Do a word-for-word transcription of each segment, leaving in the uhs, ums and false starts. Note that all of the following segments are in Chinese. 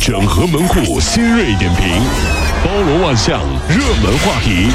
整合门户新锐点评，包罗万象，热门话题。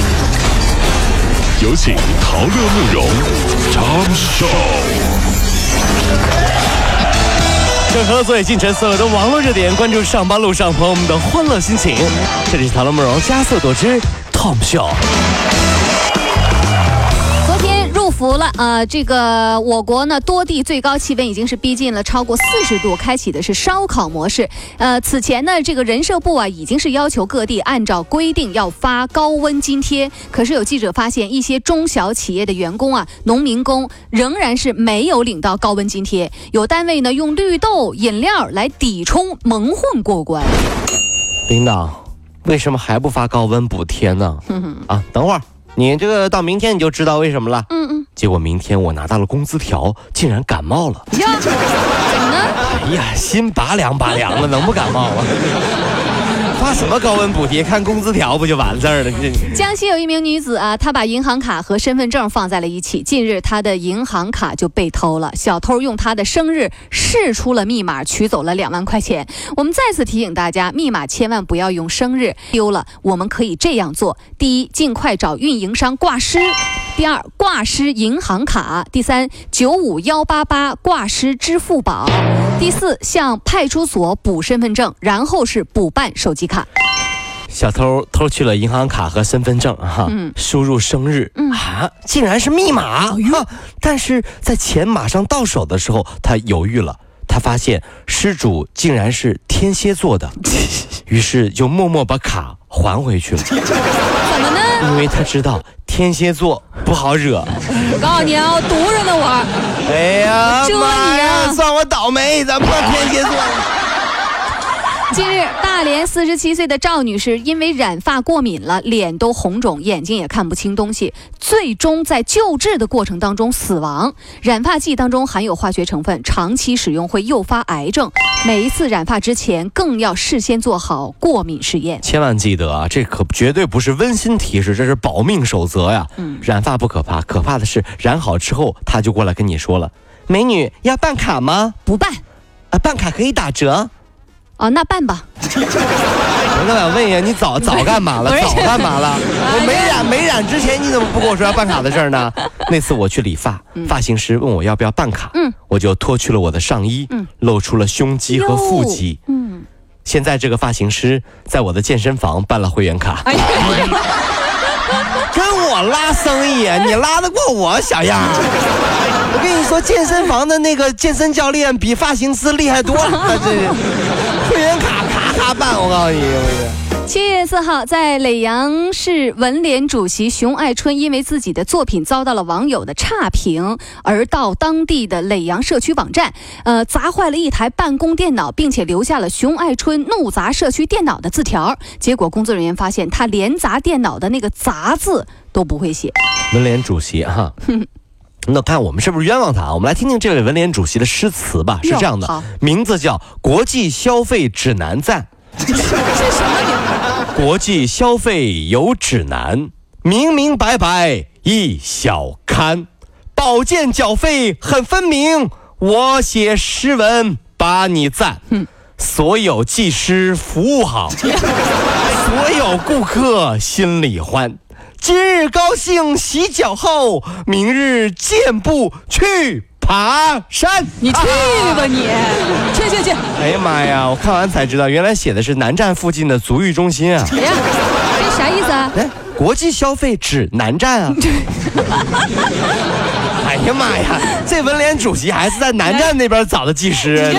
有请陶乐慕容 Tom Show。 整合最近城所有的网络热点，关注上班路上朋友们的欢乐心情。这里是陶乐慕容加速度之 Tom Show。 入伏了啊、呃！这个我国呢多地最高气温已经是逼近了超过四十度，开启的是烧烤模式。呃，此前呢，这个人社部啊已经是要求各地按照规定要发高温津贴。可是有记者发现，一些中小企业的员工啊、农民工仍然是没有领到高温津贴。有单位呢用绿豆饮料来抵充蒙混过关。 领导，为什么还不发高温补贴呢？啊，等会儿。你这个到明天你就知道为什么了。嗯嗯。结果明天我拿到了工资条，竟然感冒了。 呀，怎么呢？ 哎呀，心拔凉拔凉了，能不感冒吗？发什么高温补贴？看工资条不就完事儿了？ 江西有一名女子啊，她把银行卡和身份证放在了一起。近日，她的银行卡就被偷了，小偷用她的生日试出了密码，取走了两万块钱。我们再次提醒大家，密码千万不要用生日，丢了我们可以这样做：第一，尽快找运营商挂失；第二，挂失银行卡；第三，九五幺八八挂失支付宝；第四，向派出所补身份证，然后是补办手机卡。 小偷偷去了银行卡和身份证哈，嗯、输入生日、嗯、啊，竟然是密码、哦、啊！但是在钱马上到手的时候，他犹豫了，他发现失主竟然是天蝎座的，于是就默默把卡还回去了。 怎么呢？ 因为他知道天蝎座不好惹。 我告诉你啊，我毒着呢我。 哎呀， 遮你啊！ 算我倒霉，咱不天蝎座。 近日，大连四十七岁的赵女士因为染发过敏了，脸都红肿，眼睛也看不清东西，最终在救治的过程当中死亡。染发剂当中含有化学成分，长期使用会诱发癌症。每一次染发之前，更要事先做好过敏试验。 千万记得啊，这可绝对不是温馨提示，这是保命守则呀。嗯，染发不可怕，可怕的是染好之后，他就过来跟你说了：“美女，要办卡吗？” 不办。 啊，办卡可以打折。 哦，那办吧。 我就想问一下，你早早干嘛了？早干嘛了？我没染没染之前，你怎么不跟我说要办卡的事儿呢？那次我去理发，嗯、发型师问我要不要办卡，嗯，我就脱去了我的上衣，嗯，露出了胸肌和腹肌，嗯。现在这个发型师在我的健身房办了会员卡。哎跟我拉生意，你拉得过我小样？我跟你说，健身房的那个健身教练比发型师厉害多了。这会员卡咔咔办，我告诉你。 七月四号，在耒阳市文联主席熊爱春因为自己的作品遭到了网友的差评，而到当地的耒阳社区网站，呃，砸坏了一台办公电脑，并且留下了熊爱春怒砸社区电脑的字条。结果工作人员发现，他连砸电脑的那个砸字都不会写。 文联主席哈。那看我们是不是冤枉他？我们来听听这位文联主席的诗词吧。是这样的，名字叫《国际消费指南赞》。 这什么名？ 国际消费有指南，明明白白一小刊，保健缴费很分明。我写诗文把你赞，嗯、所有技师服务好，所有顾客心里欢。今日高兴洗脚后，明日健步去爬山。 你去吧你，啊、去去去！ 哎呀妈呀！我看完才知道，原来写的是南站附近的足浴中心啊。 哎呀，这啥意思啊？ 哎，国际消费指南站啊。哎呀妈呀！这文联主席还是在南站那边找的技师。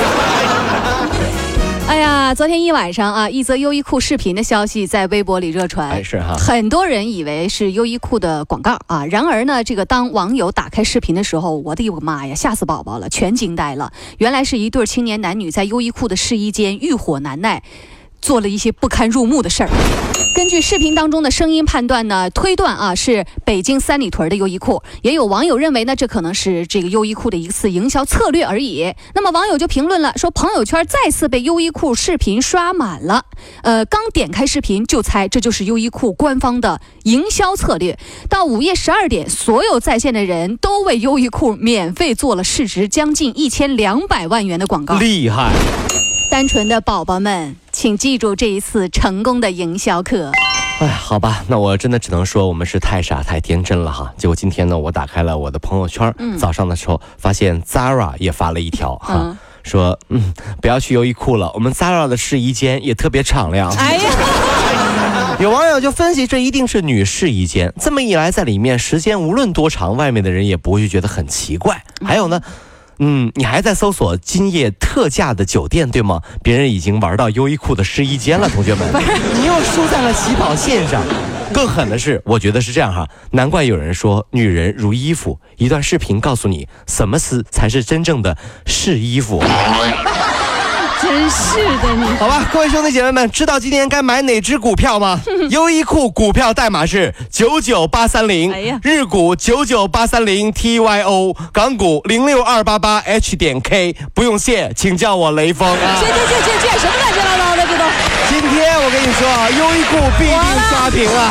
哎呀，昨天一晚上啊，一则优衣库视频的消息在微博里热传， 哎、是哈， 很多人以为是优衣库的广告啊。然而呢，这个当网友打开视频的时候，我的有个妈呀，吓死宝宝了，全惊呆了。原来是一对青年男女在优衣库的试衣间欲火难耐，做了一些不堪入目的事儿。根据视频当中的声音判断呢，推断啊是北京三里屯的优衣库。也有网友认为呢，这可能是这个优衣库的一次营销策略而已。那么网友就评论了，说朋友圈再次被优衣库视频刷满了。呃，刚点开视频就猜这就是优衣库官方的营销策略。到午夜十二点，所有在线的人都为优衣库免费做了市值将近一千两百万元的广告， 厉害。 单纯的宝宝们，请记住这一次成功的营销课。 哎，好吧，那我真的只能说我们是太傻太天真了哈。结果今天呢，我打开了我的朋友圈，嗯、早上的时候发现 Zara 也发了一条哈。嗯说，嗯，不要去优衣库了，我们 Zara 的试衣间也特别敞亮。哎呀，有网友就分析，这一定是女试衣间，这么一来，在里面时间无论多长，外面的人也不会觉得很奇怪。还有呢，嗯，你还在搜索今夜特价的酒店对吗？别人已经玩到优衣库的试衣间了，同学们，你又输在了起跑线上。更狠的是，我觉得是这样哈，难怪有人说女人如衣服，一段视频告诉你什么是才是真正的试衣服。 真是的你。 好吧，各位兄弟姐妹们，知道今天该买哪只股票吗？优衣库股票代码是九九八三零，哎呀，日股九九八三零 T Y O， 港股零六二八八 H 点 K。不用谢，请叫我雷锋啊！ 谢谢谢谢谢，什么乱七八糟的这都。 今天我跟你说啊，优衣库必定刷屏啊！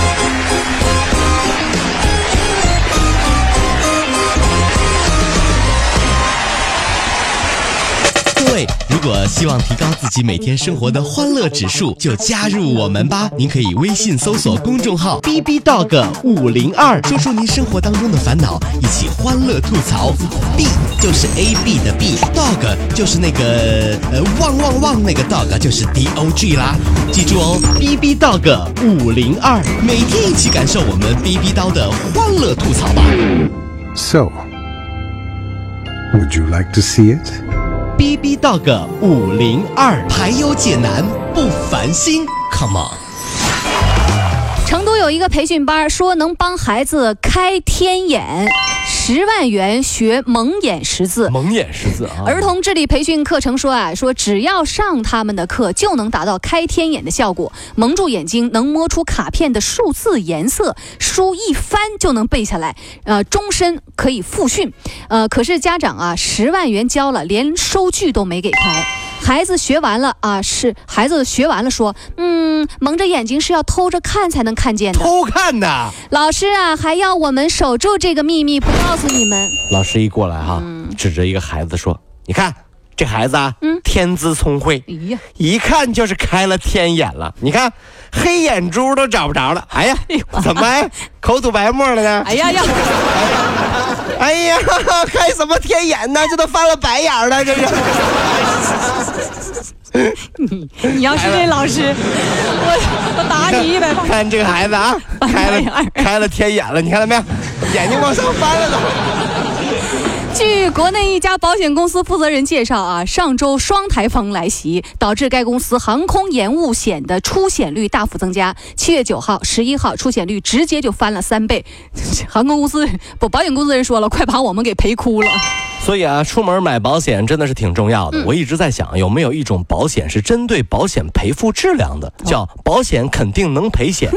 各位，如果希望提高自己每天生活的欢乐指数，就加入我们吧。您可以微信搜索公众号 B B Dog 五零二，说出您生活当中的烦恼，一起欢乐吐槽。B 就是 A B 的 B，Dog 就是那个呃汪汪汪那个 Dog 就是 D O G 啦。记住哦 ，B B Dog 五零二，每天一起感受我们 B B 刀的欢乐吐槽吧。 So, would you like to see it?B B Dog 五零二，排忧解难不烦心 ，Come on！ 成都有一个培训班，说能帮孩子开天眼，十万元学蒙眼识字。 蒙眼识字啊！ 儿童智力培训课程说啊，说只要上他们的课，就能达到开天眼的效果，蒙住眼睛能摸出卡片的数字颜色，书一翻就能背下来，呃，终身可以复训。呃，可是家长啊，十万元交了，连收据都没给开。孩子学完了啊，是孩子学完了说，嗯，蒙着眼睛是要偷着看才能看见的。 偷看的。 老师啊，还要我们守住这个秘密，不告诉你们。 老师一过来哈，嗯、指着一个孩子说：“你看这孩子啊，嗯、天资聪慧，哎呀，一看就是开了天眼了。你看黑眼珠都找不着了。哎呀，怎么还口吐白沫了呢？哎呀呀！”哎呀，开什么天眼呢？这都翻了白眼了，这是。 你你要是这老师，我我打你一百棒。 看这个孩子啊，开了开了天眼了，你看到没有？眼睛往上翻了都。 据国内一家保险公司负责人介绍啊，上周双台风来袭，导致该公司航空延误险的出险率大幅增加。七月九号、十一号出险率直接就翻了三倍，航空公司不保险公司人说了，快把我们给赔哭了。 所以啊，出门买保险真的是挺重要的。嗯、我一直在想，有没有一种保险是针对保险赔付质量的，叫保险肯定能赔险。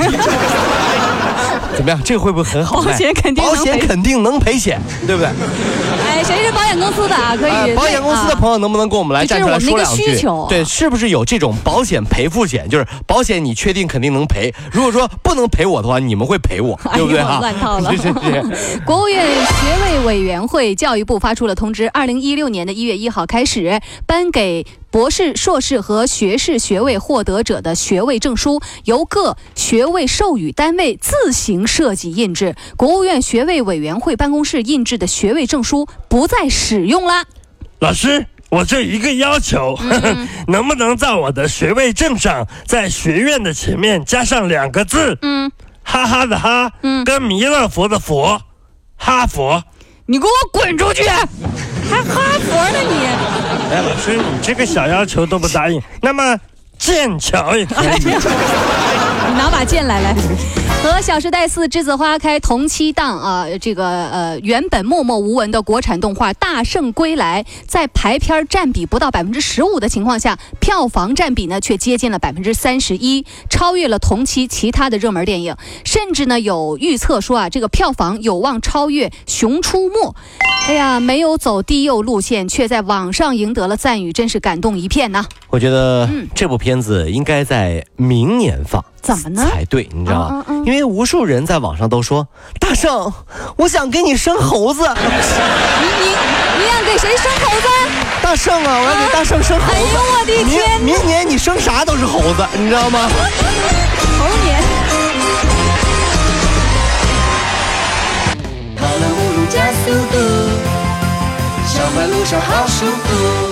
怎么样？这个会不会很好卖？ 保险肯定能赔， 保险肯定能赔险，对不对？ 哎，谁是保险公司的啊？可以。 哎、保险公司的朋友能不能跟我们来站出来说两句？ 这是我们一个需求。 对，是不是有这种保险赔付险？就是保险你确定肯定能赔，如果说不能赔我的话，你们会赔我，对不对啊？ 乱套了。 是是是。 国务院学位委员会、教育部发出了通知，二零一六年的一月一号开始颁给博士、硕士和学士学位获得者的学位证书，由各学位授予单位自行设计印制。国务院学位委员会办公室印制的学位证书不再使用啦。 老师，我这一个要求，嗯、能不能在我的学位证上，在学院的前面加上两个字？嗯，哈哈的哈，嗯，跟弥勒佛的佛，哈佛。 你给我滚出去！还哈佛呢你？ 哎，老师，你这个小要求都不答应，那么剑桥也可以。 你拿把剑来来。和《小时代四》栀子花开同期档啊，这个呃原本默默无闻的国产动画《大圣归来》在排片占比不到百分之十五的情况下，票房占比呢却接近了百分之三十一，超越了同期其他的热门电影，甚至呢有预测说啊，这个票房有望超越《熊出没》。哎呀，没有走低幼路线，却在网上赢得了赞誉，真是感动一片呐！ 我觉得这部片子应该在明年放。 怎么呢？ 才对，你知道吗？嗯嗯嗯、因为无数人在网上都说：“大圣，我想给你生猴子。”你你你想给谁生猴子？ 大圣啊，我要给大圣生猴子。 哎呦我的天！ 明明年你生啥都是猴子，你知道吗？ 猴年。 跑了五路加速度，小马路上好舒服。